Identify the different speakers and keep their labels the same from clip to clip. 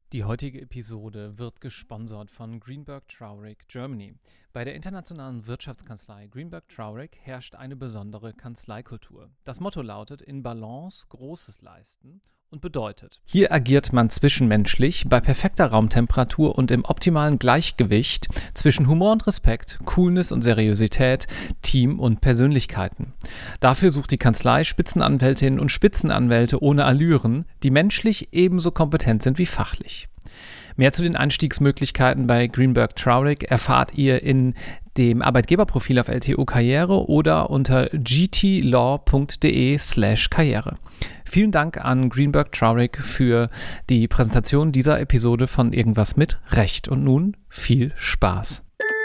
Speaker 1: Die heutige Episode wird gesponsert von Greenberg Traurig Germany. Bei der internationalen Wirtschaftskanzlei Greenberg Traurig herrscht eine besondere Kanzleikultur. Das Motto lautet: in Balance Großes leisten und bedeutet: hier agiert man zwischenmenschlich bei perfekter Raumtemperatur und im optimalen Gleichgewicht zwischen Humor und Respekt, Coolness und Seriosität, Team und Persönlichkeiten. Dafür sucht die Kanzlei Spitzenanwältinnen und Spitzenanwälte ohne Allüren, die menschlich ebenso kompetent sind wie fachlich. Mehr zu den Einstiegsmöglichkeiten bei Greenberg Traurig erfahrt ihr in dem Arbeitgeberprofil auf LTO Karriere oder unter gtlaw.de/karriere. Vielen Dank an Greenberg Traurig für die Präsentation dieser Episode von Irgendwas mit Recht. Und nun viel Spaß.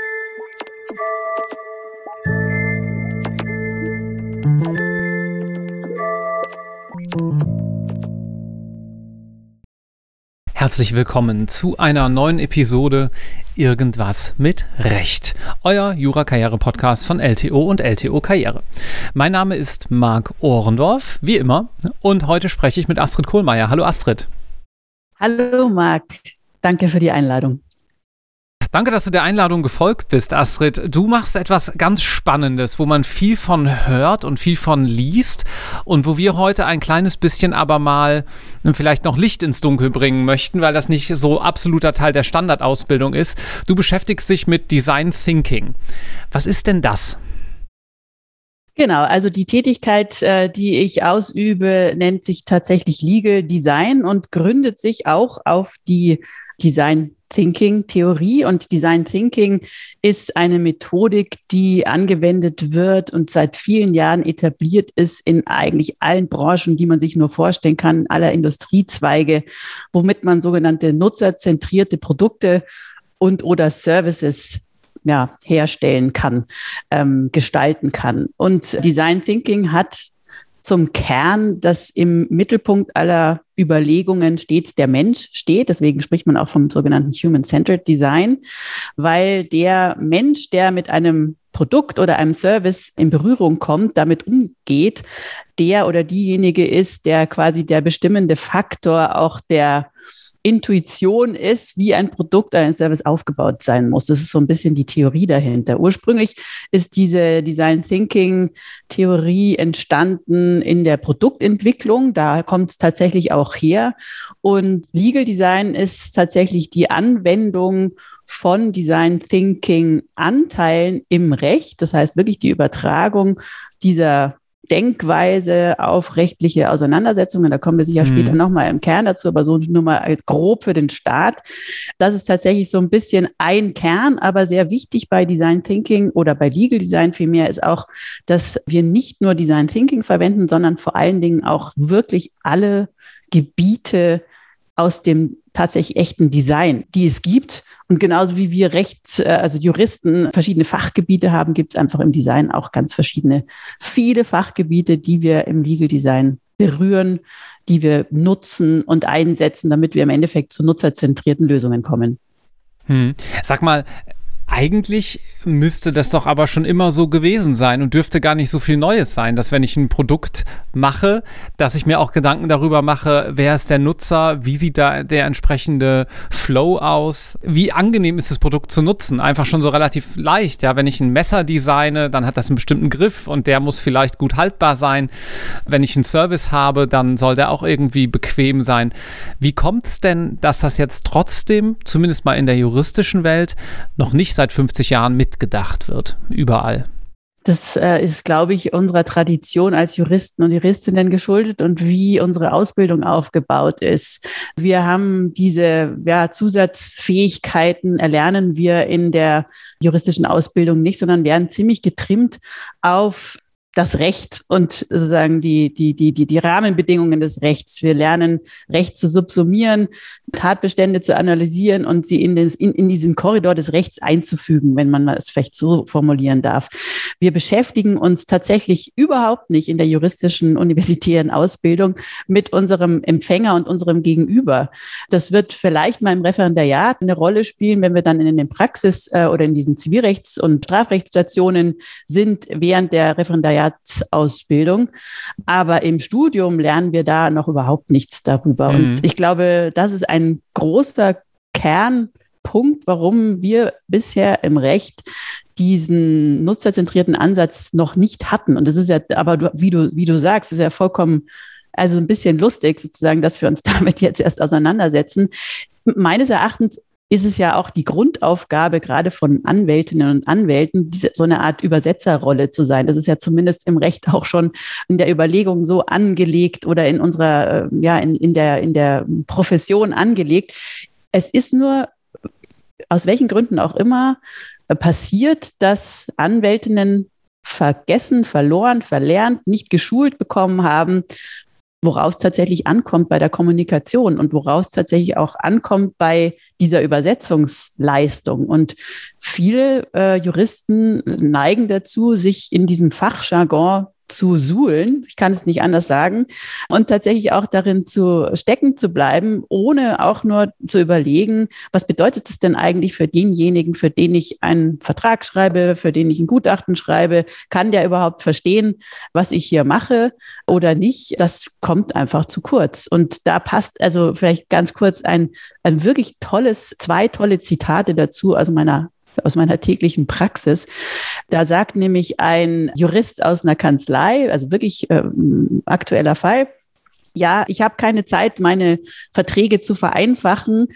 Speaker 1: Herzlich willkommen zu einer neuen Episode Irgendwas mit Recht, euer Jura-Karriere-Podcast von LTO und LTO Karriere. Mein Name ist Marc Ohrendorf, wie immer, und heute spreche ich mit Astrid Kohlmeier. Hallo Astrid.
Speaker 2: Hallo Marc, danke für die Einladung.
Speaker 1: Danke, dass du der Einladung gefolgt bist, Astrid. Du machst etwas ganz Spannendes, wo man viel von hört und viel von liest und wo wir heute ein kleines bisschen aber mal vielleicht noch Licht ins Dunkel bringen möchten, weil das nicht so absoluter Teil der Standardausbildung ist. Du beschäftigst dich mit Design Thinking. Was ist denn das?
Speaker 2: Genau, also die Tätigkeit, die ich ausübe, nennt sich tatsächlich Legal Design und gründet sich auch auf die Design Thinking Theorie. Und Design Thinking ist eine Methodik, die angewendet wird und seit vielen Jahren etabliert ist in eigentlich allen Branchen, die man sich nur vorstellen kann, aller Industriezweige, womit man sogenannte nutzerzentrierte Produkte und oder Services herstellen kann, gestalten kann. Und Design Thinking hat zum Kern, dass im Mittelpunkt aller Überlegungen stets der Mensch steht. Deswegen spricht man auch vom sogenannten Human-Centered Design, weil der Mensch, der mit einem Produkt oder einem Service in Berührung kommt, damit umgeht, der oder diejenige ist, der quasi der bestimmende Faktor auch der Intuition ist, wie ein Produkt oder ein Service aufgebaut sein muss. Das ist so ein bisschen die Theorie dahinter. Ursprünglich ist diese Design Thinking Theorie entstanden in der Produktentwicklung. Da kommt es tatsächlich auch her. Und Legal Design ist tatsächlich die Anwendung von Design Thinking Anteilen im Recht. Das heißt wirklich die Übertragung dieser Denkweise auf rechtliche Auseinandersetzungen. Da kommen wir sicher später nochmal im Kern dazu, aber so nur mal grob für den Start. Das ist tatsächlich so ein bisschen ein Kern, aber sehr wichtig bei Design Thinking oder bei Legal Design vielmehr ist auch, dass wir nicht nur Design Thinking verwenden, sondern vor allen Dingen auch wirklich alle Gebiete aus dem tatsächlich echten Design, die es gibt. Und genauso wie wir also Juristen verschiedene Fachgebiete haben, gibt es einfach im Design auch ganz viele Fachgebiete, die wir im Legal Design berühren, die wir nutzen und einsetzen, damit wir im Endeffekt zu nutzerzentrierten Lösungen kommen.
Speaker 1: Sag mal, eigentlich müsste das doch aber schon immer so gewesen sein und dürfte gar nicht so viel Neues sein, dass wenn ich ein Produkt mache, dass ich mir auch Gedanken darüber mache, wer ist der Nutzer, wie sieht da der entsprechende Flow aus, wie angenehm ist das Produkt zu nutzen, einfach schon so relativ leicht. Ja, wenn ich ein Messer designe, dann hat das einen bestimmten Griff und der muss vielleicht gut haltbar sein. Wenn ich einen Service habe, dann soll der auch irgendwie bequem sein. Wie kommt es denn, dass das jetzt trotzdem, zumindest mal in der juristischen Welt, noch nicht seit 50 Jahren mitgedacht wird, überall?
Speaker 2: Das ist, glaube ich, unserer Tradition als Juristen und Juristinnen geschuldet und wie unsere Ausbildung aufgebaut ist. Wir haben diese Zusatzfähigkeiten, erlernen wir in der juristischen Ausbildung nicht, sondern werden ziemlich getrimmt auf das Recht und sozusagen die Rahmenbedingungen des Rechts. Wir lernen, Recht zu subsumieren, Tatbestände zu analysieren und sie in diesen Korridor des Rechts einzufügen, wenn man es vielleicht so formulieren darf. Wir beschäftigen uns tatsächlich überhaupt nicht in der juristischen universitären Ausbildung mit unserem Empfänger und unserem Gegenüber. Das wird vielleicht mal im Referendariat eine Rolle spielen, wenn wir dann in den Praxis- oder in diesen Zivilrechts- und Strafrechtsstationen sind während der Referendariatsausbildung. Aber im Studium lernen wir da noch überhaupt nichts darüber. Und ich glaube, das ist ein großer Kernpunkt, warum wir bisher im Recht diesen nutzerzentrierten Ansatz noch nicht hatten. Und das ist ja, aber wie du sagst, ist ja vollkommen, also ein bisschen lustig sozusagen, dass wir uns damit jetzt erst auseinandersetzen. Meines Erachtens ist es ja auch die Grundaufgabe gerade von Anwältinnen und Anwälten, so eine Art Übersetzerrolle zu sein. Das ist ja zumindest im Recht auch schon in der Überlegung so angelegt oder in unserer, in der Profession angelegt. Es ist nur, aus welchen Gründen auch immer, passiert, dass Anwältinnen vergessen, verloren, verlernt, nicht geschult bekommen haben, woraus tatsächlich ankommt bei der Kommunikation und woraus tatsächlich auch ankommt bei dieser Übersetzungsleistung. Und viele Juristen neigen dazu, sich in diesem Fachjargon zu suhlen, ich kann es nicht anders sagen, und tatsächlich auch darin zu stecken zu bleiben, ohne auch nur zu überlegen, was bedeutet es denn eigentlich für denjenigen, für den ich einen Vertrag schreibe, für den ich ein Gutachten schreibe, kann der überhaupt verstehen, was ich hier mache oder nicht? Das kommt einfach zu kurz. Und da passt also vielleicht ganz kurz ein wirklich zwei tolle Zitate dazu aus meiner täglichen Praxis. Da sagt nämlich ein Jurist aus einer Kanzlei, also wirklich aktueller Fall, ja, ich habe keine Zeit, meine Verträge zu vereinfachen,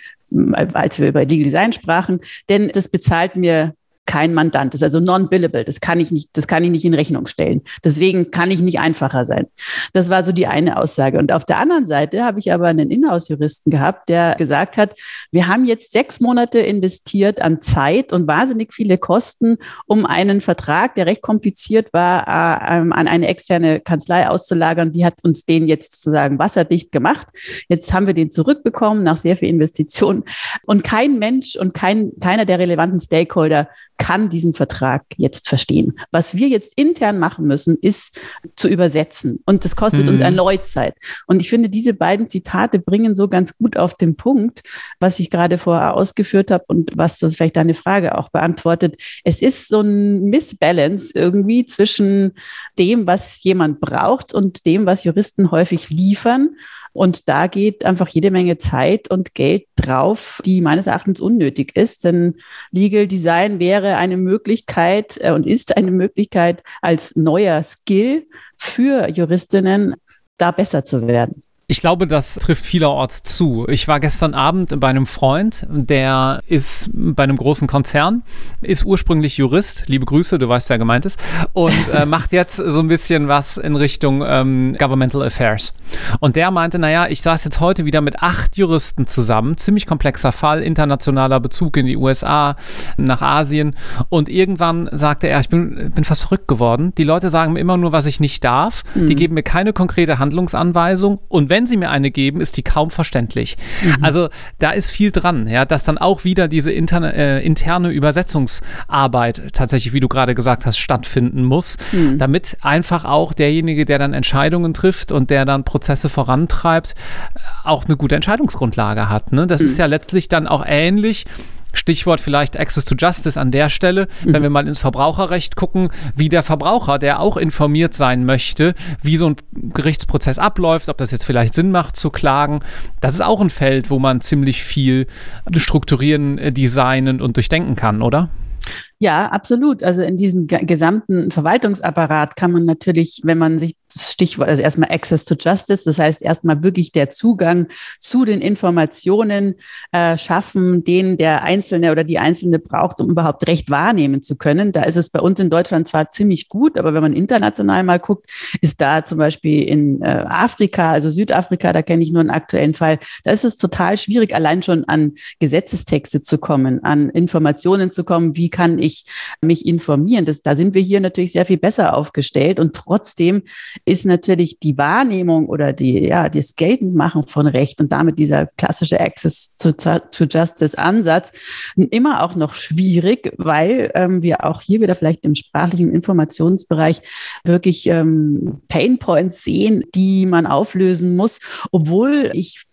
Speaker 2: als wir über Legal Design sprachen, denn das bezahlt mir kein Mandant, das ist also non-billable, das kann ich nicht in Rechnung stellen. Deswegen kann ich nicht einfacher sein. Das war so die eine Aussage. Und auf der anderen Seite habe ich aber einen Inhouse-Juristen gehabt, der gesagt hat, wir haben jetzt 6 Monate investiert an Zeit und wahnsinnig viele Kosten, um einen Vertrag, der recht kompliziert war, an eine externe Kanzlei auszulagern. Die hat uns den jetzt sozusagen wasserdicht gemacht. Jetzt haben wir den zurückbekommen nach sehr viel Investitionen. Und kein Mensch und keiner der relevanten Stakeholder kann diesen Vertrag jetzt verstehen. Was wir jetzt intern machen müssen, ist zu übersetzen. Und das kostet uns erneut Zeit. Und ich finde, diese beiden Zitate bringen so ganz gut auf den Punkt, was ich gerade vorher ausgeführt habe und was das vielleicht deine Frage auch beantwortet. Es ist so ein Missbalance irgendwie zwischen dem, was jemand braucht und dem, was Juristen häufig liefern. Und da geht einfach jede Menge Zeit und Geld drauf, die meines Erachtens unnötig ist. Denn Legal Design wäre eine Möglichkeit und ist eine Möglichkeit als neuer Skill für Juristinnen, da besser zu werden.
Speaker 1: Ich glaube, das trifft vielerorts zu. Ich war gestern Abend bei einem Freund, der ist bei einem großen Konzern, ist ursprünglich Jurist, liebe Grüße, du weißt, wer gemeint ist, und macht jetzt so ein bisschen was in Richtung Governmental Affairs. Und der meinte, naja, ich saß jetzt heute wieder mit 8 Juristen zusammen, ziemlich komplexer Fall, internationaler Bezug in die USA, nach Asien, und irgendwann sagte er, ich bin fast verrückt geworden. Die Leute sagen mir immer nur, was ich nicht darf, die geben mir keine konkrete Handlungsanweisung, und wenn sie mir eine geben, ist die kaum verständlich. Also da ist viel dran, ja, dass dann auch wieder diese interne Übersetzungsarbeit tatsächlich, wie du gerade gesagt hast, stattfinden muss, damit einfach auch derjenige, der dann Entscheidungen trifft und der dann Prozesse vorantreibt, auch eine gute Entscheidungsgrundlage hat. Ne? Das ist ja letztlich dann auch ähnlich. Stichwort vielleicht Access to Justice an der Stelle, wenn wir mal ins Verbraucherrecht gucken, wie der Verbraucher, der auch informiert sein möchte, wie so ein Gerichtsprozess abläuft, ob das jetzt vielleicht Sinn macht zu klagen. Das ist auch ein Feld, wo man ziemlich viel strukturieren, designen und durchdenken kann, oder?
Speaker 2: Ja, absolut. Also in diesem gesamten Verwaltungsapparat kann man natürlich, wenn man sich das Stichwort, also erstmal Access to Justice, das heißt erstmal wirklich der Zugang zu den Informationen schaffen, den der Einzelne oder die Einzelne braucht, um überhaupt Recht wahrnehmen zu können. Da ist es bei uns in Deutschland zwar ziemlich gut, aber wenn man international mal guckt, ist da zum Beispiel in Afrika, also Südafrika, da kenne ich nur einen aktuellen Fall, da ist es total schwierig, allein schon an Gesetzestexte zu kommen, an Informationen zu kommen, wie kann ich mich informieren. Da sind wir hier natürlich sehr viel besser aufgestellt, und trotzdem ist natürlich die Wahrnehmung oder das Geltendmachen von Recht und damit dieser klassische Access to Justice Ansatz immer auch noch schwierig, weil wir auch hier wieder vielleicht im sprachlichen Informationsbereich wirklich Painpoints sehen, die man auflösen muss, obwohl ich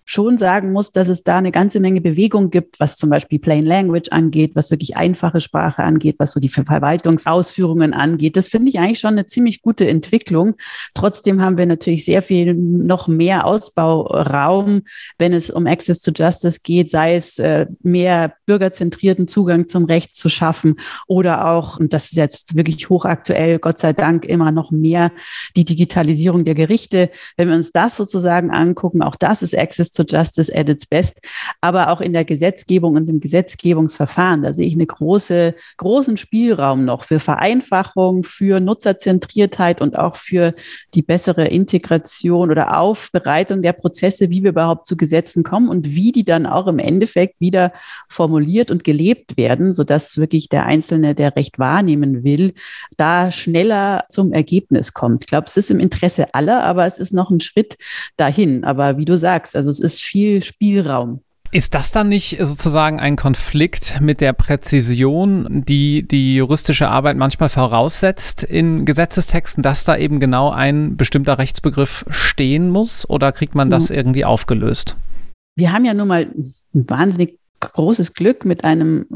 Speaker 2: schon sagen muss, dass es da eine ganze Menge Bewegung gibt, was zum Beispiel Plain Language angeht, was wirklich einfache Sprache angeht, was so die Verwaltungsausführungen angeht. Das finde ich eigentlich schon eine ziemlich gute Entwicklung. Trotzdem haben wir natürlich sehr viel noch mehr Ausbauraum, wenn es um Access to Justice geht, sei es mehr bürgerzentrierten Zugang zum Recht zu schaffen oder auch, und das ist jetzt wirklich hochaktuell, Gott sei Dank immer noch mehr, die Digitalisierung der Gerichte. Wenn wir uns das sozusagen angucken, auch das ist Access to Justice at its best, aber auch in der Gesetzgebung und im Gesetzgebungsverfahren, da sehe ich einen großen Spielraum noch für Vereinfachung, für Nutzerzentriertheit und auch für die bessere Integration oder Aufbereitung der Prozesse, wie wir überhaupt zu Gesetzen kommen und wie die dann auch im Endeffekt wieder formuliert und gelebt werden, sodass wirklich der Einzelne, der Recht wahrnehmen will, da schneller zum Ergebnis kommt. Ich glaube, es ist im Interesse aller, aber es ist noch ein Schritt dahin. Aber wie du sagst, also es ist viel Spielraum.
Speaker 1: Ist das dann nicht sozusagen ein Konflikt mit der Präzision, die die juristische Arbeit manchmal voraussetzt in Gesetzestexten, dass da eben genau ein bestimmter Rechtsbegriff stehen muss? Oder kriegt man das irgendwie aufgelöst?
Speaker 2: Wir haben ja nun mal ein wahnsinnig großes Glück, mit einem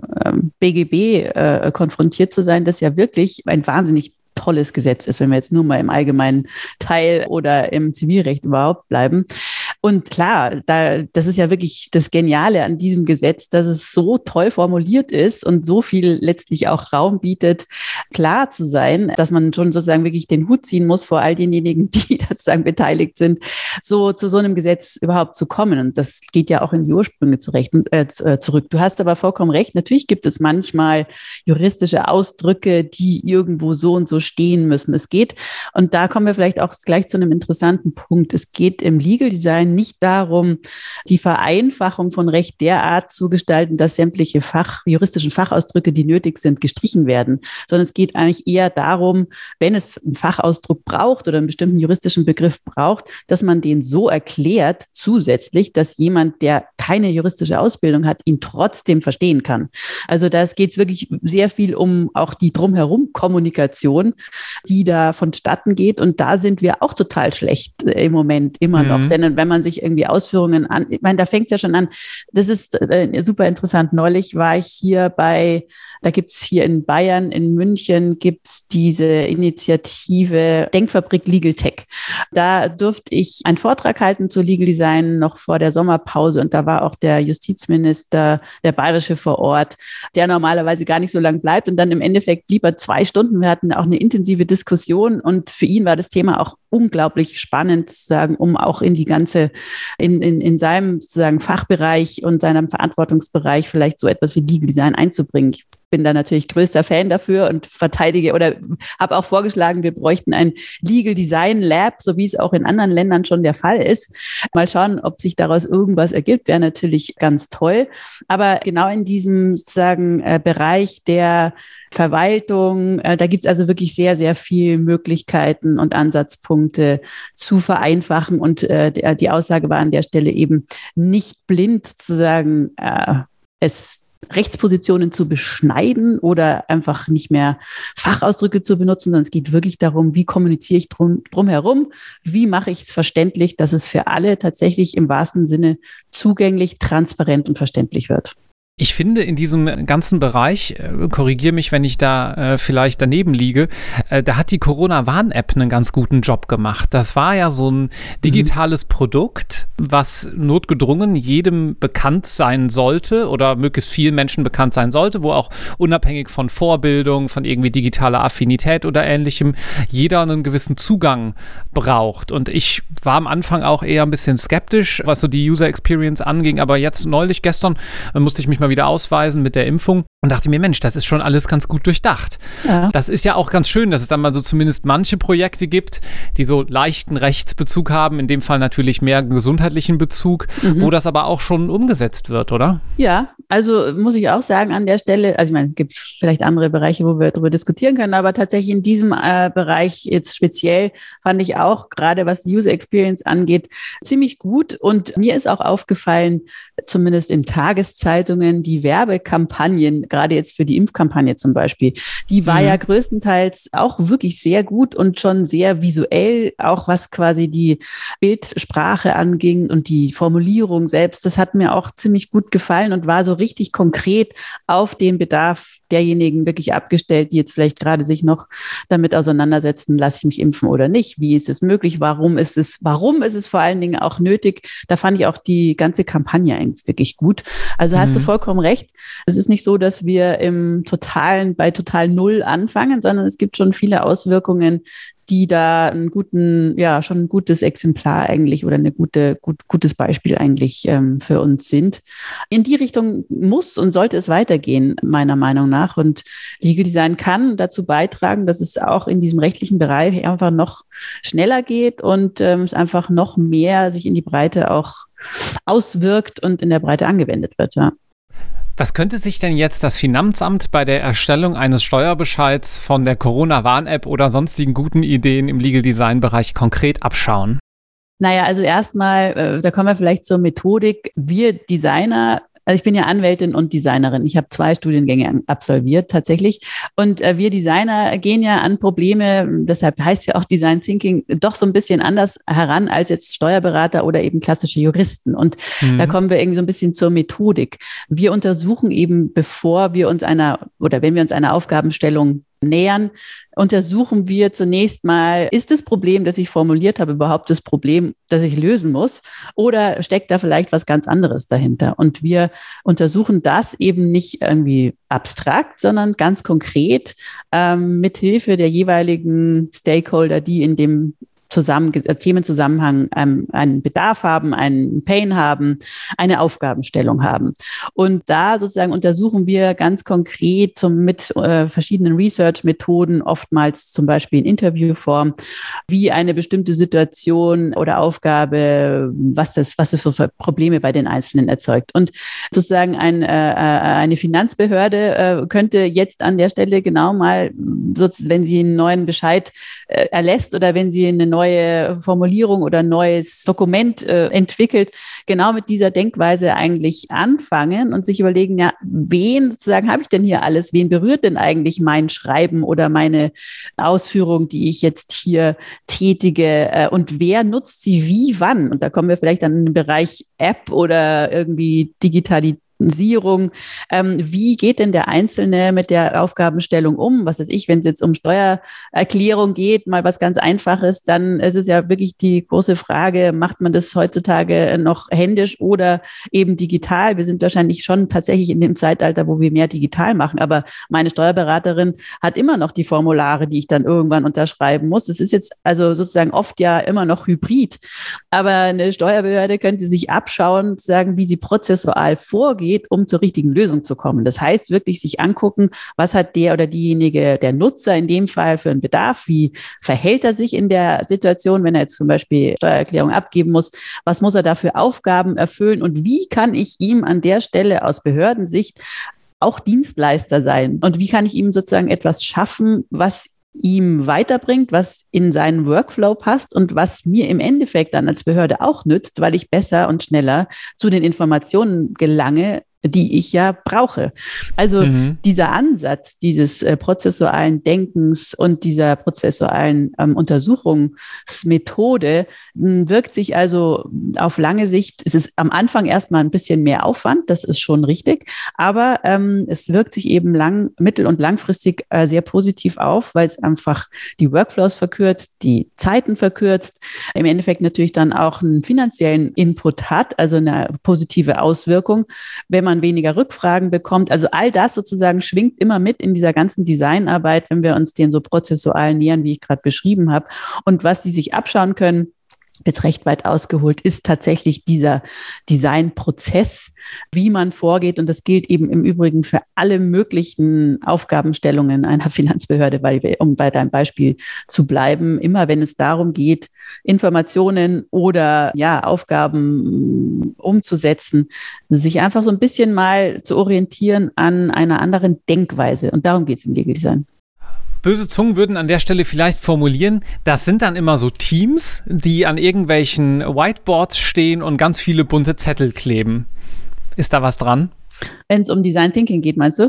Speaker 2: BGB konfrontiert zu sein, das ja wirklich ein wahnsinnig tolles Gesetz ist, wenn wir jetzt nur mal im allgemeinen Teil oder im Zivilrecht überhaupt bleiben. Und klar, das ist ja wirklich das Geniale an diesem Gesetz, dass es so toll formuliert ist und so viel letztlich auch Raum bietet, klar zu sein, dass man schon sozusagen wirklich den Hut ziehen muss vor all denjenigen, die sozusagen beteiligt sind, so zu so einem Gesetz überhaupt zu kommen. Und das geht ja auch in die Ursprünge zurück. Du hast aber vollkommen recht. Natürlich gibt es manchmal juristische Ausdrücke, die irgendwo so und so stehen müssen. Es geht, und da kommen wir vielleicht auch gleich zu einem interessanten Punkt, es geht im Legal Design nicht darum, die Vereinfachung von Recht derart zu gestalten, dass sämtliche juristischen Fachausdrücke, die nötig sind, gestrichen werden, sondern es geht eigentlich eher darum, wenn es einen Fachausdruck braucht oder einen bestimmten juristischen Begriff braucht, dass man den so erklärt zusätzlich, dass jemand, der keine juristische Ausbildung hat, ihn trotzdem verstehen kann. Also da geht es wirklich sehr viel um auch die Drumherum-Kommunikation, die da vonstatten geht, und da sind wir auch total schlecht im Moment immer noch. Denn wenn man sich irgendwie Ausführungen an, ich meine, da fängt es ja schon an, das ist super interessant. Neulich war ich hier da gibt es hier in Bayern, in München, gibt es diese Initiative Denkfabrik Legal Tech. Da durfte ich einen Vortrag halten zu Legal Design noch vor der Sommerpause, und da war auch der Justizminister, der Bayerische, vor Ort, der normalerweise gar nicht so lange bleibt, und dann im Endeffekt blieb er 2 Stunden. Wir hatten auch eine intensive Diskussion, und für ihn war das Thema auch unglaublich spannend, sagen, um auch in die ganze, in seinem sozusagen Fachbereich und seinem Verantwortungsbereich vielleicht so etwas wie Legal Design einzubringen. Ich bin da natürlich größter Fan dafür und verteidige oder habe auch vorgeschlagen, wir bräuchten ein Legal Design Lab, so wie es auch in anderen Ländern schon der Fall ist. Mal schauen, ob sich daraus irgendwas ergibt, wäre natürlich ganz toll. Aber genau in diesem sozusagen Bereich der Verwaltung, da gibt es also wirklich sehr, sehr viele Möglichkeiten und Ansatzpunkte zu vereinfachen. Und die Aussage war an der Stelle eben nicht blind zu sagen, Rechtspositionen zu beschneiden oder einfach nicht mehr Fachausdrücke zu benutzen, sondern es geht wirklich darum, wie kommuniziere ich drumherum, wie mache ich es verständlich, dass es für alle tatsächlich im wahrsten Sinne zugänglich, transparent und verständlich wird.
Speaker 1: Ich finde, in diesem ganzen Bereich, korrigiere mich, wenn ich da vielleicht daneben liege, da hat die Corona-Warn-App einen ganz guten Job gemacht. Das war ja so ein digitales Produkt, was notgedrungen jedem bekannt sein sollte oder möglichst vielen Menschen bekannt sein sollte, wo auch unabhängig von Vorbildung, von irgendwie digitaler Affinität oder Ähnlichem, jeder einen gewissen Zugang braucht. Und ich war am Anfang auch eher ein bisschen skeptisch, was so die User Experience anging, aber jetzt gestern musste ich mich mal wieder ausweisen mit der Impfung und dachte mir, Mensch, das ist schon alles ganz gut durchdacht. Ja. Das ist ja auch ganz schön, dass es dann mal so zumindest manche Projekte gibt, die so leichten Rechtsbezug haben, in dem Fall natürlich mehr gesundheitlichen Bezug, wo das aber auch schon umgesetzt wird, oder?
Speaker 2: Ja, also muss ich auch sagen an der Stelle, also ich meine, es gibt vielleicht andere Bereiche, wo wir darüber diskutieren können, aber tatsächlich in diesem Bereich jetzt speziell fand ich auch, gerade was die User Experience angeht, ziemlich gut, und mir ist auch aufgefallen, zumindest in Tageszeitungen, die Werbekampagnen gerade jetzt für die Impfkampagne zum Beispiel, die war ja größtenteils auch wirklich sehr gut und schon sehr visuell, auch was quasi die Bildsprache anging und die Formulierung selbst. Das hat mir auch ziemlich gut gefallen und war so richtig konkret auf den Bedarf derjenigen wirklich abgestellt, die jetzt vielleicht gerade sich noch damit auseinandersetzen, lasse ich mich impfen oder nicht? Wie ist es möglich? Warum ist es vor allen Dingen auch nötig? Da fand ich auch die ganze Kampagne eigentlich wirklich gut. Also hast du vollkommen recht. Es ist nicht so, dass wir bei total Null anfangen, sondern es gibt schon viele Auswirkungen, die da schon ein gutes Exemplar eigentlich oder gutes Beispiel eigentlich für uns sind. In die Richtung muss und sollte es weitergehen, meiner Meinung nach. Und Legal Design kann dazu beitragen, dass es auch in diesem rechtlichen Bereich einfach noch schneller geht und es einfach noch mehr sich in die Breite auch auswirkt und in der Breite angewendet wird, ja.
Speaker 1: Was könnte sich denn jetzt das Finanzamt bei der Erstellung eines Steuerbescheids von der Corona-Warn-App oder sonstigen guten Ideen im Legal-Design-Bereich konkret abschauen?
Speaker 2: Naja, also erstmal, da kommen wir vielleicht zur Methodik. Wir Designer, also ich bin ja Anwältin und Designerin. Ich habe 2 Studiengänge absolviert tatsächlich. Und wir Designer gehen ja an Probleme, deshalb heißt ja auch Design Thinking, doch so ein bisschen anders heran als jetzt Steuerberater oder eben klassische Juristen. Und da kommen wir irgendwie so ein bisschen zur Methodik. Wir untersuchen eben, wenn wir uns einer Aufgabenstellung nähern, untersuchen wir zunächst mal, ist das Problem, das ich formuliert habe, überhaupt das Problem, das ich lösen muss? Oder steckt da vielleicht was ganz anderes dahinter? Und wir untersuchen das eben nicht irgendwie abstrakt, sondern ganz konkret mit Hilfe der jeweiligen Stakeholder, die in dem Themenzusammenhang einen Bedarf haben, einen Pain haben, eine Aufgabenstellung haben. Und da sozusagen untersuchen wir ganz konkret mit verschiedenen Research-Methoden, oftmals zum Beispiel in Interviewform, wie eine bestimmte Situation oder Aufgabe, was es für Probleme bei den Einzelnen erzeugt. Und sozusagen eine Finanzbehörde könnte jetzt an der Stelle genau mal, wenn sie einen neuen Bescheid erlässt oder wenn sie eine neue Formulierung oder ein neues Dokument entwickelt, genau mit dieser Denkweise eigentlich anfangen und sich überlegen, ja, wen sozusagen habe ich denn hier alles? Wen berührt denn eigentlich mein Schreiben oder meine Ausführung, die ich jetzt hier tätige? Und wer nutzt sie wie, wann? Und da kommen wir vielleicht dann in den Bereich App oder irgendwie Digitalität. Wie geht denn der Einzelne mit der Aufgabenstellung um? Was weiß ich, wenn es jetzt um Steuererklärung geht, mal was ganz Einfaches, dann ist es ja wirklich die große Frage, macht man das heutzutage noch händisch oder eben digital? Wir sind wahrscheinlich schon tatsächlich in dem Zeitalter, wo wir mehr digital machen, aber meine Steuerberaterin hat immer noch die Formulare, die ich dann irgendwann unterschreiben muss. Das ist jetzt also sozusagen oft ja immer noch hybrid, aber eine Steuerbehörde könnte sich abschauen, sagen, wie sie prozessual vorgeht, um zur richtigen Lösung zu kommen. Das heißt, wirklich sich angucken, was hat der oder diejenige, der Nutzer in dem Fall für einen Bedarf, wie verhält er sich in der Situation, wenn er jetzt zum Beispiel Steuererklärung abgeben muss, was muss er da für Aufgaben erfüllen und wie kann ich ihm an der Stelle aus Behördensicht auch Dienstleister sein und wie kann ich ihm sozusagen etwas schaffen, was ihm weiterbringt, was in seinen Workflow passt und was mir im Endeffekt dann als Behörde auch nützt, weil ich besser und schneller zu den Informationen gelange, die ich ja brauche. Also dieser Ansatz dieses prozessualen Denkens und dieser prozessualen Untersuchungsmethode wirkt sich also auf lange Sicht, es ist am Anfang erstmal ein bisschen mehr Aufwand, das ist schon richtig, aber es wirkt sich eben mittel- und langfristig sehr positiv auf, weil es einfach die Workflows verkürzt, die Zeiten verkürzt, im Endeffekt natürlich dann auch einen finanziellen Input hat, also eine positive Auswirkung, wenn man weniger Rückfragen bekommt. Also all das sozusagen schwingt immer mit in dieser ganzen Designarbeit, wenn wir uns dem so prozessual nähern, wie ich gerade beschrieben habe. Und was die sich abschauen können, jetzt recht weit ausgeholt, ist tatsächlich dieser Designprozess, wie man vorgeht. Und das gilt eben im Übrigen für alle möglichen Aufgabenstellungen einer Finanzbehörde, um bei deinem Beispiel zu bleiben, immer wenn es darum geht, Informationen oder Aufgaben umzusetzen, sich einfach so ein bisschen mal zu orientieren an einer anderen Denkweise. Und darum geht es im Legal Design.
Speaker 1: Böse Zungen würden an der Stelle vielleicht formulieren, das sind dann immer so Teams, die an irgendwelchen Whiteboards stehen und ganz viele bunte Zettel kleben. Ist da was dran?
Speaker 2: Wenn es um Design Thinking geht, meinst du?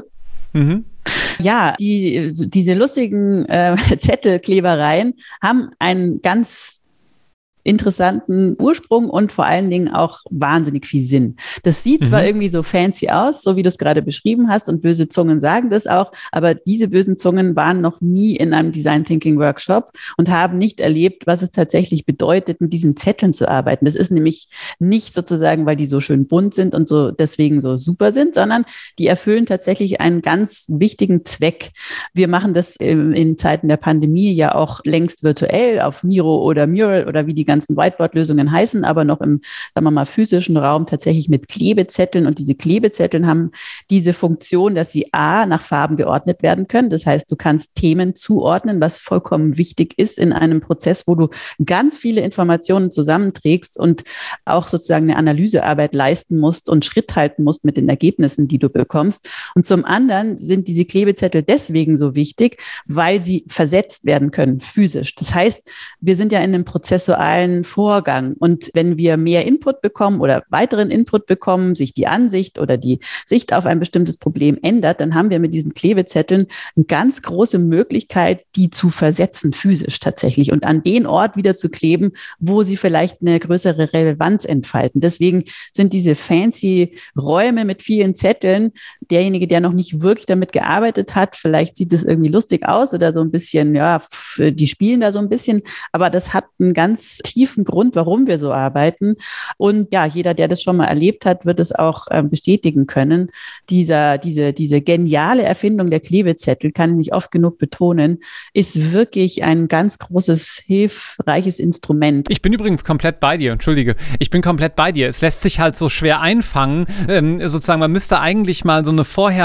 Speaker 1: Mhm.
Speaker 2: Ja, diese lustigen Zettelklebereien haben einen ganz interessanten Ursprung und vor allen Dingen auch wahnsinnig viel Sinn. Das sieht zwar irgendwie so fancy aus, so wie du es gerade beschrieben hast, und böse Zungen sagen das auch, aber diese bösen Zungen waren noch nie in einem Design Thinking Workshop und haben nicht erlebt, was es tatsächlich bedeutet, mit diesen Zetteln zu arbeiten. Das ist nämlich nicht sozusagen, weil die so schön bunt sind und so deswegen so super sind, sondern die erfüllen tatsächlich einen ganz wichtigen Zweck. Wir machen das in Zeiten der Pandemie ja auch längst virtuell auf Miro oder Mural oder wie die ganzen Whiteboard-Lösungen heißen, aber noch im, sagen wir mal, physischen Raum tatsächlich mit Klebezetteln. Und diese Klebezetteln haben diese Funktion, dass sie A, nach Farben geordnet werden können. Das heißt, du kannst Themen zuordnen, was vollkommen wichtig ist in einem Prozess, wo du ganz viele Informationen zusammenträgst und auch sozusagen eine Analysearbeit leisten musst und Schritt halten musst mit den Ergebnissen, die du bekommst. Und zum anderen sind diese Klebezettel deswegen so wichtig, weil sie versetzt werden können, physisch. Das heißt, wir sind ja in einem prozessualen Vorgang. Und wenn wir mehr Input bekommen oder weiteren Input bekommen, sich die Ansicht oder die Sicht auf ein bestimmtes Problem ändert, dann haben wir mit diesen Klebezetteln eine ganz große Möglichkeit, die zu versetzen, physisch tatsächlich, und an den Ort wieder zu kleben, wo sie vielleicht eine größere Relevanz entfalten. Deswegen sind diese fancy Räume mit vielen Zetteln, derjenige, der noch nicht wirklich damit gearbeitet hat, vielleicht sieht es irgendwie lustig aus oder so ein bisschen, ja, die spielen da so ein bisschen, aber das hat einen ganz tiefen Grund, warum wir so arbeiten. Und ja, jeder, der das schon mal erlebt hat, wird es auch bestätigen können. Diese geniale Erfindung der Klebezettel, kann ich nicht oft genug betonen, ist wirklich ein ganz großes, hilfreiches Instrument.
Speaker 1: Ich bin übrigens komplett bei dir, entschuldige. Ich bin komplett bei dir. Es lässt sich halt so schwer einfangen. Sozusagen, man müsste eigentlich mal so eine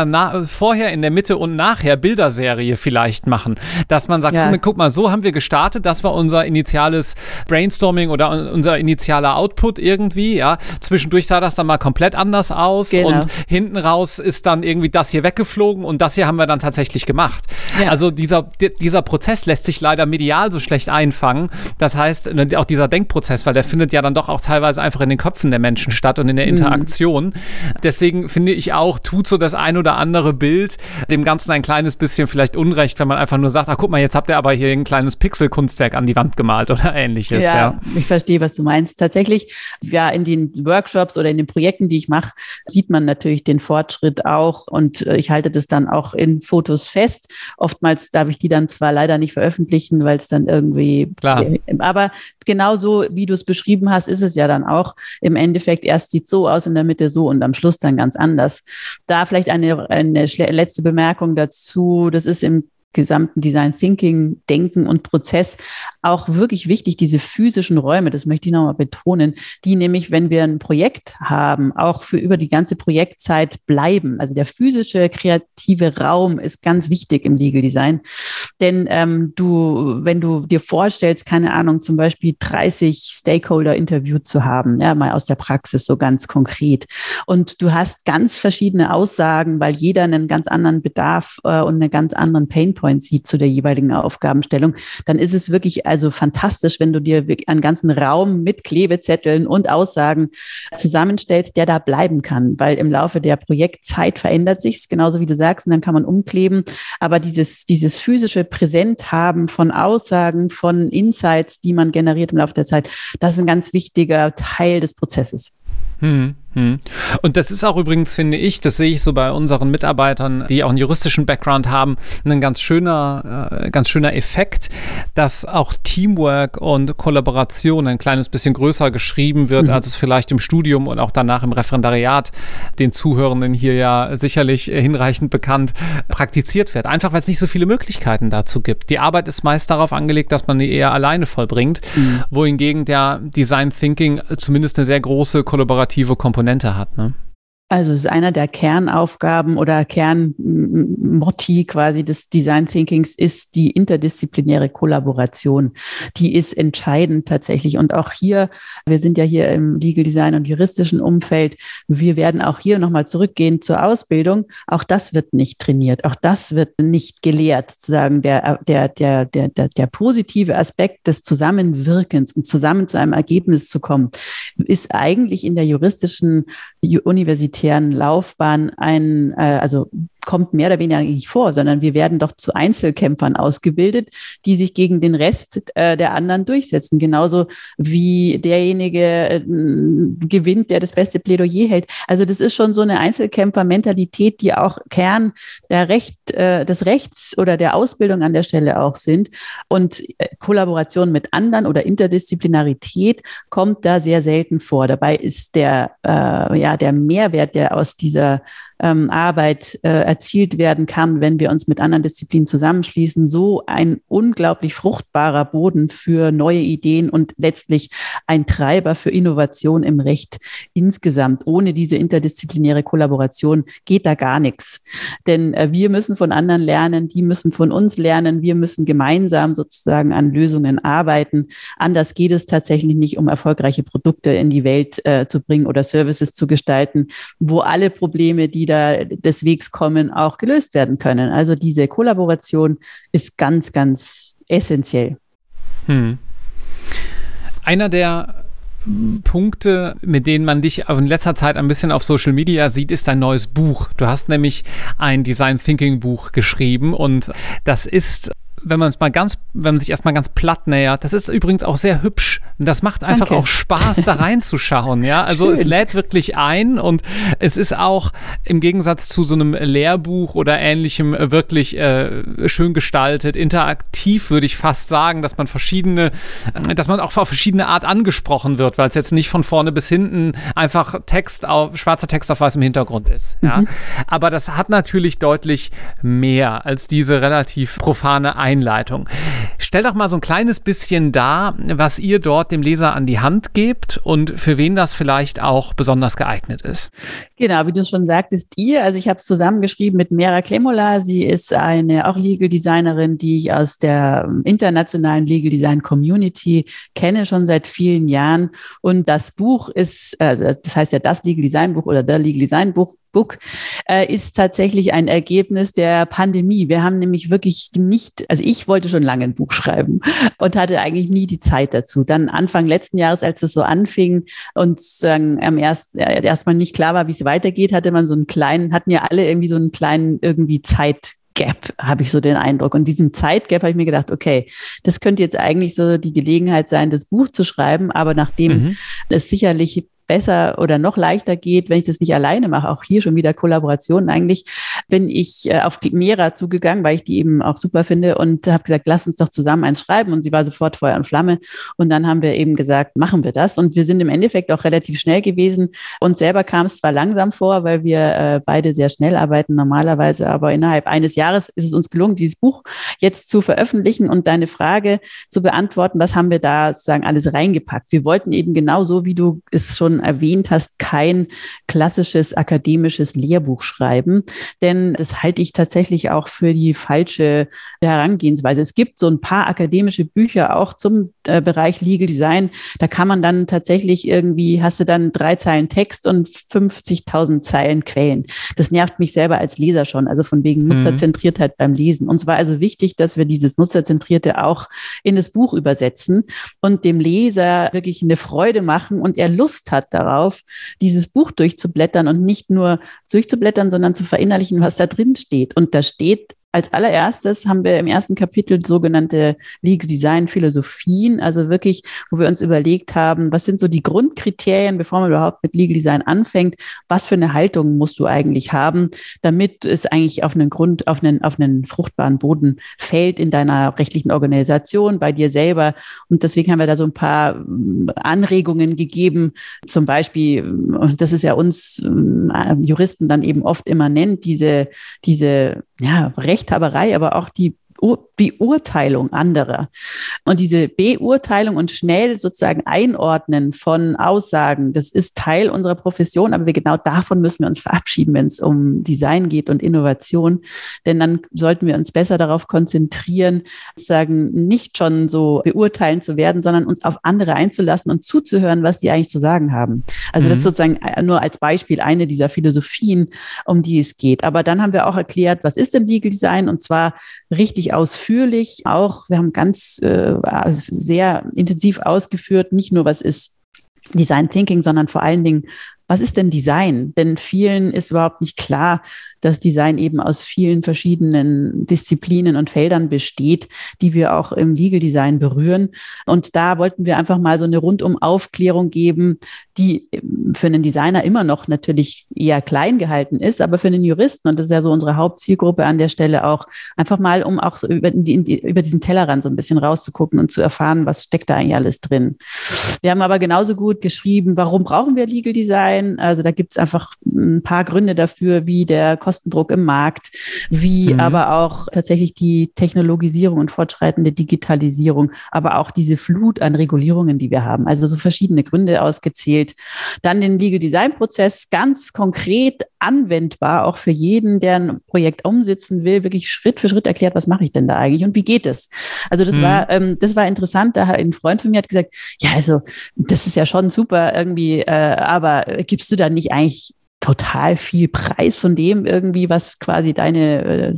Speaker 1: vorher in der Mitte und nachher Bilderserie vielleicht machen. Dass man sagt, ja, guck mal, so haben wir gestartet, das war unser initiales Brainstorming oder unser initialer Output irgendwie, ja. Zwischendurch sah das dann mal komplett anders aus, genau, und hinten raus ist dann irgendwie das hier weggeflogen und das hier haben wir dann tatsächlich gemacht. Ja. Also dieser Prozess lässt sich leider medial so schlecht einfangen. Das heißt, auch dieser Denkprozess, weil der findet ja dann doch auch teilweise einfach in den Köpfen der Menschen statt und in der Interaktion. Deswegen finde ich auch, tut so das ein oder andere Bild dem Ganzen ein kleines bisschen vielleicht Unrecht, wenn man einfach nur sagt, ach guck mal, jetzt habt ihr aber hier ein kleines Pixelkunstwerk an die Wand gemalt oder ähnliches.
Speaker 2: Ja, ich verstehe, was du meinst. Tatsächlich, ja, in den Workshops oder in den Projekten, die ich mache, sieht man natürlich den Fortschritt auch, und ich halte das dann auch in Fotos fest. Oftmals darf ich die dann zwar leider nicht veröffentlichen, weil es dann irgendwie, klar, aber genauso wie du es beschrieben hast, ist es ja dann auch im Endeffekt, erst sieht so aus, in der Mitte so und am Schluss dann ganz anders. Da vielleicht eine letzte Bemerkung dazu. Das ist im gesamten Design Thinking, Denken und Prozess auch wirklich wichtig, diese physischen Räume, das möchte ich nochmal betonen, die nämlich, wenn wir ein Projekt haben, auch für über die ganze Projektzeit bleiben. Also der physische, kreative Raum ist ganz wichtig im Legal Design. Denn wenn du dir vorstellst, keine Ahnung, zum Beispiel 30 Stakeholder interviewt zu haben, ja, mal aus der Praxis so ganz konkret, und du hast ganz verschiedene Aussagen, weil jeder einen ganz anderen Bedarf und einen ganz anderen Painpoint sieht zu der jeweiligen Aufgabenstellung, dann ist es wirklich also fantastisch, wenn du dir einen ganzen Raum mit Klebezetteln und Aussagen zusammenstellst, der da bleiben kann, weil im Laufe der Projektzeit verändert sich's, genauso wie du sagst, und dann kann man umkleben, aber dieses physische Präsenthaben von Aussagen, von Insights, die man generiert im Laufe der Zeit, das ist ein ganz wichtiger Teil des Prozesses.
Speaker 1: Und das ist auch übrigens, finde ich, das sehe ich so bei unseren Mitarbeitern, die auch einen juristischen Background haben, ein ganz schöner Effekt, dass auch Teamwork und Kollaboration ein kleines bisschen größer geschrieben wird, als es vielleicht im Studium und auch danach im Referendariat, den Zuhörenden hier ja sicherlich hinreichend bekannt, praktiziert wird. Einfach, weil es nicht so viele Möglichkeiten dazu gibt. Die Arbeit ist meist darauf angelegt, dass man die eher alleine vollbringt, wohingegen der Design Thinking zumindest eine sehr große kollaborative Komponente hat, ne?
Speaker 2: Also es ist einer der Kernaufgaben oder Kernmotti quasi des Design Thinkings ist die interdisziplinäre Kollaboration. Die ist entscheidend tatsächlich. Und auch hier, wir sind ja hier im Legal Design und juristischen Umfeld, wir werden auch hier nochmal zurückgehen zur Ausbildung. Auch das wird nicht trainiert, auch das wird nicht gelehrt. Sozusagen der positive Aspekt des Zusammenwirkens und zusammen zu einem Ergebnis zu kommen, ist eigentlich in der juristischen universitären Laufbahn also kommt mehr oder weniger nicht vor, sondern wir werden doch zu Einzelkämpfern ausgebildet, die sich gegen den Rest der anderen durchsetzen. Genauso wie derjenige gewinnt, der das beste Plädoyer hält. Also das ist schon so eine Einzelkämpfer-Mentalität, die auch Kern des Rechts oder der Ausbildung an der Stelle auch sind. Und Kollaboration mit anderen oder Interdisziplinarität kommt da sehr selten vor. Dabei ist der Mehrwert, der aus dieser Arbeit erzielt werden kann, wenn wir uns mit anderen Disziplinen zusammenschließen, so ein unglaublich fruchtbarer Boden für neue Ideen und letztlich ein Treiber für Innovation im Recht insgesamt. Ohne diese interdisziplinäre Kollaboration geht da gar nichts. Denn wir müssen von anderen lernen, die müssen von uns lernen, wir müssen gemeinsam sozusagen an Lösungen arbeiten. Anders geht es tatsächlich nicht, um erfolgreiche Produkte in die Welt zu bringen oder Services zu gestalten, wo alle Probleme, die da des Wegs kommen, auch gelöst werden können. Also diese Kollaboration ist ganz, ganz essentiell.
Speaker 1: Einer der Punkte, mit denen man dich in letzter Zeit ein bisschen auf Social Media sieht, ist dein neues Buch. Du hast nämlich ein Design Thinking Buch geschrieben und das ist, wenn man sich erstmal ganz platt nähert, das ist übrigens auch sehr hübsch. Das macht einfach auch Spaß, da reinzuschauen. Ja? Also es lädt wirklich ein und es ist auch im Gegensatz zu so einem Lehrbuch oder Ähnlichem wirklich schön gestaltet, interaktiv, würde ich fast sagen, dass man auch auf verschiedene Art angesprochen wird, weil es jetzt nicht von vorne bis hinten einfach schwarzer Text auf weißem Hintergrund ist. Ja? Aber das hat natürlich deutlich mehr als diese relativ profane Einleitung. Stell doch mal so ein kleines bisschen dar, was ihr dort dem Leser an die Hand gebt und für wen das vielleicht auch besonders geeignet ist.
Speaker 2: Genau, wie du schon sagtest, also ich habe es zusammengeschrieben mit Mera Klemola. Sie ist eine auch Legal Designerin, die ich aus der internationalen Legal Design Community kenne, schon seit vielen Jahren. Und das Buch ist, das heißt ja das Legal Design Buch oder The Legal Design Book, ist tatsächlich ein Ergebnis der Pandemie. Wir haben nämlich wirklich ich wollte schon lange ein Buch schreiben und hatte eigentlich nie die Zeit dazu. Dann Anfang letzten Jahres, als es so anfing und erstmal nicht klar war, wie es weitergeht, hatten ja alle irgendwie so einen kleinen Zeitgap, habe ich so den Eindruck. Und diesen Zeitgap habe ich mir gedacht, okay, das könnte jetzt eigentlich so die Gelegenheit sein, das Buch zu schreiben, aber nachdem es sicherlich besser oder noch leichter geht, wenn ich das nicht alleine mache, auch hier schon wieder Kollaboration. Eigentlich bin ich auf Mera zugegangen, weil ich die eben auch super finde und habe gesagt, lass uns doch zusammen eins schreiben. Und sie war sofort Feuer und Flamme. Und dann haben wir eben gesagt, machen wir das. Und wir sind im Endeffekt auch relativ schnell gewesen. Uns selber kam es zwar langsam vor, weil wir beide sehr schnell arbeiten normalerweise, aber innerhalb eines Jahres ist es uns gelungen, dieses Buch jetzt zu veröffentlichen und deine Frage zu beantworten, was haben wir da sozusagen alles reingepackt. Wir wollten eben genauso, wie du es schon erwähnt hast, kein klassisches akademisches Lehrbuch schreiben, denn das halte ich tatsächlich auch für die falsche Herangehensweise. Es gibt so ein paar akademische Bücher auch zum Bereich Legal Design, da kann man dann tatsächlich hast du dann 3 Zeilen Text und 50.000 Zeilen Quellen. Das nervt mich selber als Leser schon, also von wegen Nutzerzentriertheit beim Lesen. Uns war also wichtig, dass wir dieses Nutzerzentrierte auch in das Buch übersetzen und dem Leser wirklich eine Freude machen und er Lust hat darauf, dieses Buch durchzublättern und nicht nur durchzublättern, sondern zu verinnerlichen, was da drin steht. Und da steht als allererstes haben wir im ersten Kapitel sogenannte Legal Design Philosophien, also wirklich, wo wir uns überlegt haben, was sind so die Grundkriterien, bevor man überhaupt mit Legal Design anfängt, was für eine Haltung musst du eigentlich haben, damit es eigentlich auf einen fruchtbaren Boden fällt in deiner rechtlichen Organisation, bei dir selber. Und deswegen haben wir da so ein paar Anregungen gegeben, zum Beispiel, und das ist ja uns Juristen dann eben oft immanent, diese Rechthaberei, aber auch die Beurteilung anderer. Und diese Beurteilung und schnell sozusagen Einordnen von Aussagen, das ist Teil unserer Profession, aber genau davon müssen wir uns verabschieden, wenn es um Design geht und Innovation. Denn dann sollten wir uns besser darauf konzentrieren, sozusagen nicht schon so beurteilen zu werden, sondern uns auf andere einzulassen und zuzuhören, was die eigentlich zu sagen haben. Also das ist sozusagen nur als Beispiel eine dieser Philosophien, um die es geht. Aber dann haben wir auch erklärt, was ist denn Legal Design? Und zwar richtig ausführlich auch. Wir haben sehr intensiv ausgeführt, nicht nur was ist Design Thinking, sondern vor allen Dingen, was ist denn Design? Denn vielen ist überhaupt nicht klar, dass Design eben aus vielen verschiedenen Disziplinen und Feldern besteht, die wir auch im Legal Design berühren. Und da wollten wir einfach mal so eine Rundum-Aufklärung geben, die für einen Designer immer noch natürlich eher klein gehalten ist, aber für einen Juristen, und das ist ja so unsere Hauptzielgruppe an der Stelle auch, einfach mal, um auch so über diesen Tellerrand so ein bisschen rauszugucken und zu erfahren, was steckt da eigentlich alles drin. Wir haben aber genauso gut geschrieben, warum brauchen wir Legal Design? Also da gibt es einfach ein paar Gründe dafür, wie der Kostendruck im Markt, wie aber auch tatsächlich die Technologisierung und fortschreitende Digitalisierung, aber auch diese Flut an Regulierungen, die wir haben. Also so verschiedene Gründe aufgezählt. Dann den Legal Design Prozess ganz konkret anwendbar, auch für jeden, der ein Projekt umsetzen will, wirklich Schritt für Schritt erklärt, was mache ich denn da eigentlich und wie geht es? Also das war interessant. Da hat ein Freund von mir hat gesagt, ja, also das ist ja schon super irgendwie, aber gibst du da nicht eigentlich total viel Preis von dem irgendwie, was quasi dein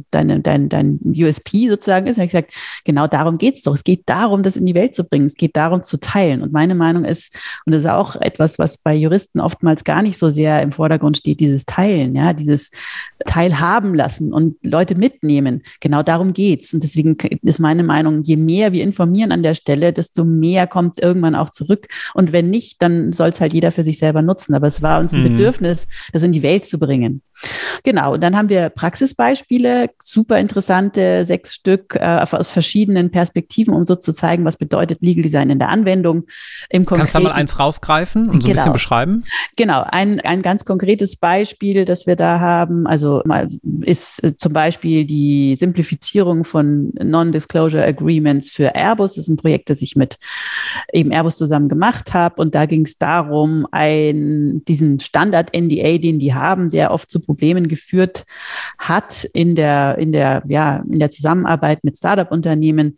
Speaker 2: USP sozusagen ist. Und ich gesagt, genau darum geht es doch. Es geht darum, das in die Welt zu bringen. Es geht darum, zu teilen. Und meine Meinung ist, und das ist auch etwas, was bei Juristen oftmals gar nicht so sehr im Vordergrund steht, dieses Teilen, ja, dieses Teilhaben lassen und Leute mitnehmen. Genau darum geht's. Und deswegen ist meine Meinung, je mehr wir informieren an der Stelle, desto mehr kommt irgendwann auch zurück. Und wenn nicht, dann soll es halt jeder für sich selber nutzen. Aber es war uns ein Bedürfnis, das in die Welt zu bringen. Genau, und dann haben wir Praxisbeispiele, super interessante 6 Stück aus verschiedenen Perspektiven, um so zu zeigen, was bedeutet Legal Design in der Anwendung.
Speaker 1: Kannst du da mal eins rausgreifen und so ein bisschen beschreiben?
Speaker 2: Genau, ein ganz konkretes Beispiel, das wir da haben, also ist zum Beispiel die Simplifizierung von Non-Disclosure Agreements für Airbus. Das ist ein Projekt, das ich mit eben Airbus zusammen gemacht habe, und da ging es darum, diesen Standard-NDA, den die haben, der oft zu Problemen geführt hat in der Zusammenarbeit mit Startup-Unternehmen,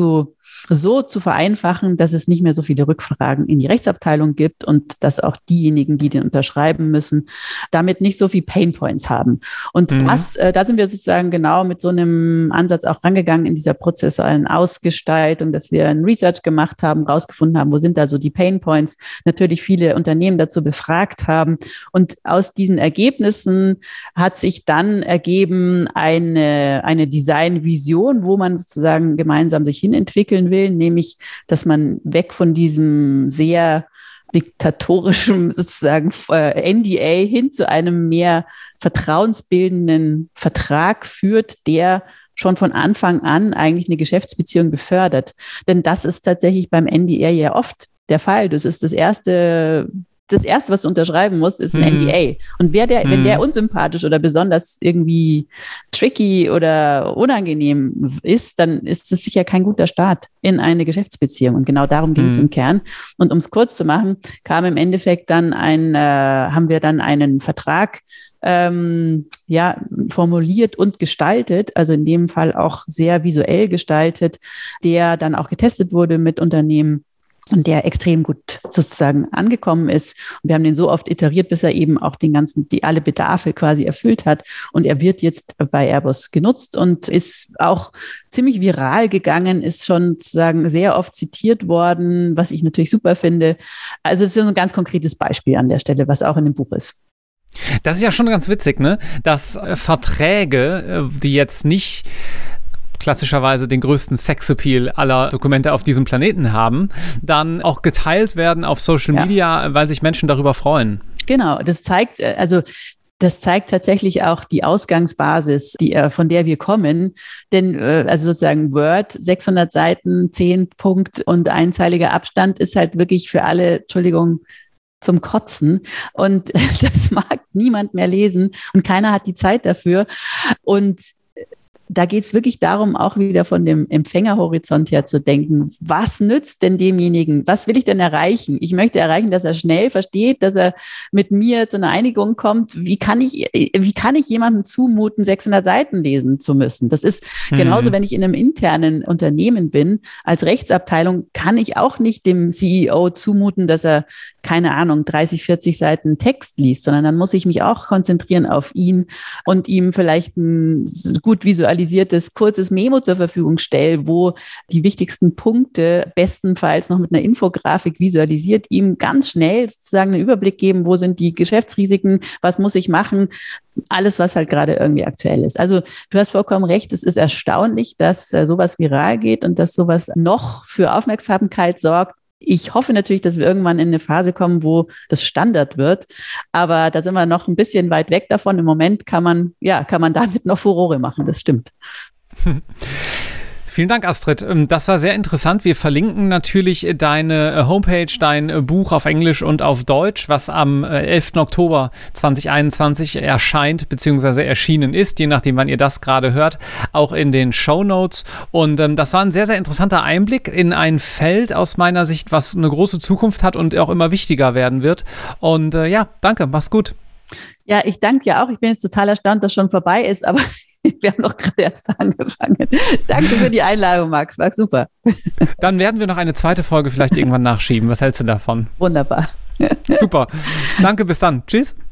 Speaker 2: so zu vereinfachen, dass es nicht mehr so viele Rückfragen in die Rechtsabteilung gibt und dass auch diejenigen, die den unterschreiben müssen, damit nicht so viel Painpoints haben. Und da sind wir sozusagen genau mit so einem Ansatz auch rangegangen in dieser prozessualen Ausgestaltung, dass wir ein Research gemacht haben, rausgefunden haben, wo sind da so die Painpoints, natürlich viele Unternehmen dazu befragt haben. Und aus diesen Ergebnissen hat sich dann ergeben eine Design-Vision, wo man sozusagen gemeinsam sich hinentwickeln will, nämlich, dass man weg von diesem sehr diktatorischen sozusagen NDA hin zu einem mehr vertrauensbildenden Vertrag führt, der schon von Anfang an eigentlich eine Geschäftsbeziehung befördert. Denn das ist tatsächlich beim NDA ja oft der Fall. Das ist das Erste, was du unterschreiben musst, ist ein NDA. Und wenn der unsympathisch oder besonders irgendwie tricky oder unangenehm ist, dann ist es sicher kein guter Start in eine Geschäftsbeziehung. Und genau darum ging es im Kern. Und um es kurz zu machen, kam im Endeffekt dann haben wir dann einen Vertrag formuliert und gestaltet, also in dem Fall auch sehr visuell gestaltet, der dann auch getestet wurde mit Unternehmen und der extrem gut sozusagen angekommen ist. Und wir haben den so oft iteriert, bis er eben auch alle Bedarfe quasi erfüllt hat. Und er wird jetzt bei Airbus genutzt und ist auch ziemlich viral gegangen, ist schon sozusagen sehr oft zitiert worden, was ich natürlich super finde. Also es ist so ein ganz konkretes Beispiel an der Stelle, was auch in dem Buch ist.
Speaker 1: Das ist ja schon ganz witzig, ne? Dass Verträge, die jetzt nicht klassischerweise den größten Sexappeal aller Dokumente auf diesem Planeten haben, dann auch geteilt werden auf Social Media, weil sich Menschen darüber freuen.
Speaker 2: Genau, das zeigt tatsächlich auch die Ausgangsbasis, von der wir kommen. Denn also sozusagen Word, 600 Seiten, 10 Punkt und einzeiliger Abstand ist halt wirklich für alle, Entschuldigung, zum Kotzen. Und das mag niemand mehr lesen und keiner hat die Zeit dafür. Und da geht es wirklich darum, auch wieder von dem Empfängerhorizont her zu denken. Was nützt denn demjenigen? Was will ich denn erreichen? Ich möchte erreichen, dass er schnell versteht, dass er mit mir zu einer Einigung kommt. Wie kann ich jemandem zumuten, 600 Seiten lesen zu müssen? Das ist genauso, wenn ich in einem internen Unternehmen bin. Als Rechtsabteilung kann ich auch nicht dem CEO zumuten, dass er keine Ahnung, 30, 40 Seiten Text liest, sondern dann muss ich mich auch konzentrieren auf ihn und ihm vielleicht ein gut visualisiertes, kurzes Memo zur Verfügung stellen, wo die wichtigsten Punkte bestenfalls noch mit einer Infografik visualisiert, ihm ganz schnell sozusagen einen Überblick geben, wo sind die Geschäftsrisiken, was muss ich machen, alles, was halt gerade irgendwie aktuell ist. Also du hast vollkommen recht, es ist erstaunlich, dass sowas viral geht und dass sowas noch für Aufmerksamkeit sorgt. Ich hoffe natürlich, dass wir irgendwann in eine Phase kommen, wo das Standard wird. Aber da sind wir noch ein bisschen weit weg davon. Im Moment kann man damit noch Furore machen. Das stimmt.
Speaker 1: Vielen Dank, Astrid. Das war sehr interessant. Wir verlinken natürlich deine Homepage, dein Buch auf Englisch und auf Deutsch, was am 11. Oktober 2021 erscheint bzw. erschienen ist, je nachdem, wann ihr das gerade hört, auch in den Shownotes. Und das war ein sehr, sehr interessanter Einblick in ein Feld aus meiner Sicht, was eine große Zukunft hat und auch immer wichtiger werden wird. Und danke, mach's gut.
Speaker 2: Ja, ich danke dir auch. Ich bin jetzt total erstaunt, dass schon vorbei ist, aber wir haben doch gerade erst angefangen. Danke für die Einladung, Max. War super.
Speaker 1: Dann werden wir noch eine zweite Folge vielleicht irgendwann nachschieben. Was hältst du davon?
Speaker 2: Wunderbar.
Speaker 1: Super. Danke, bis dann. Tschüss.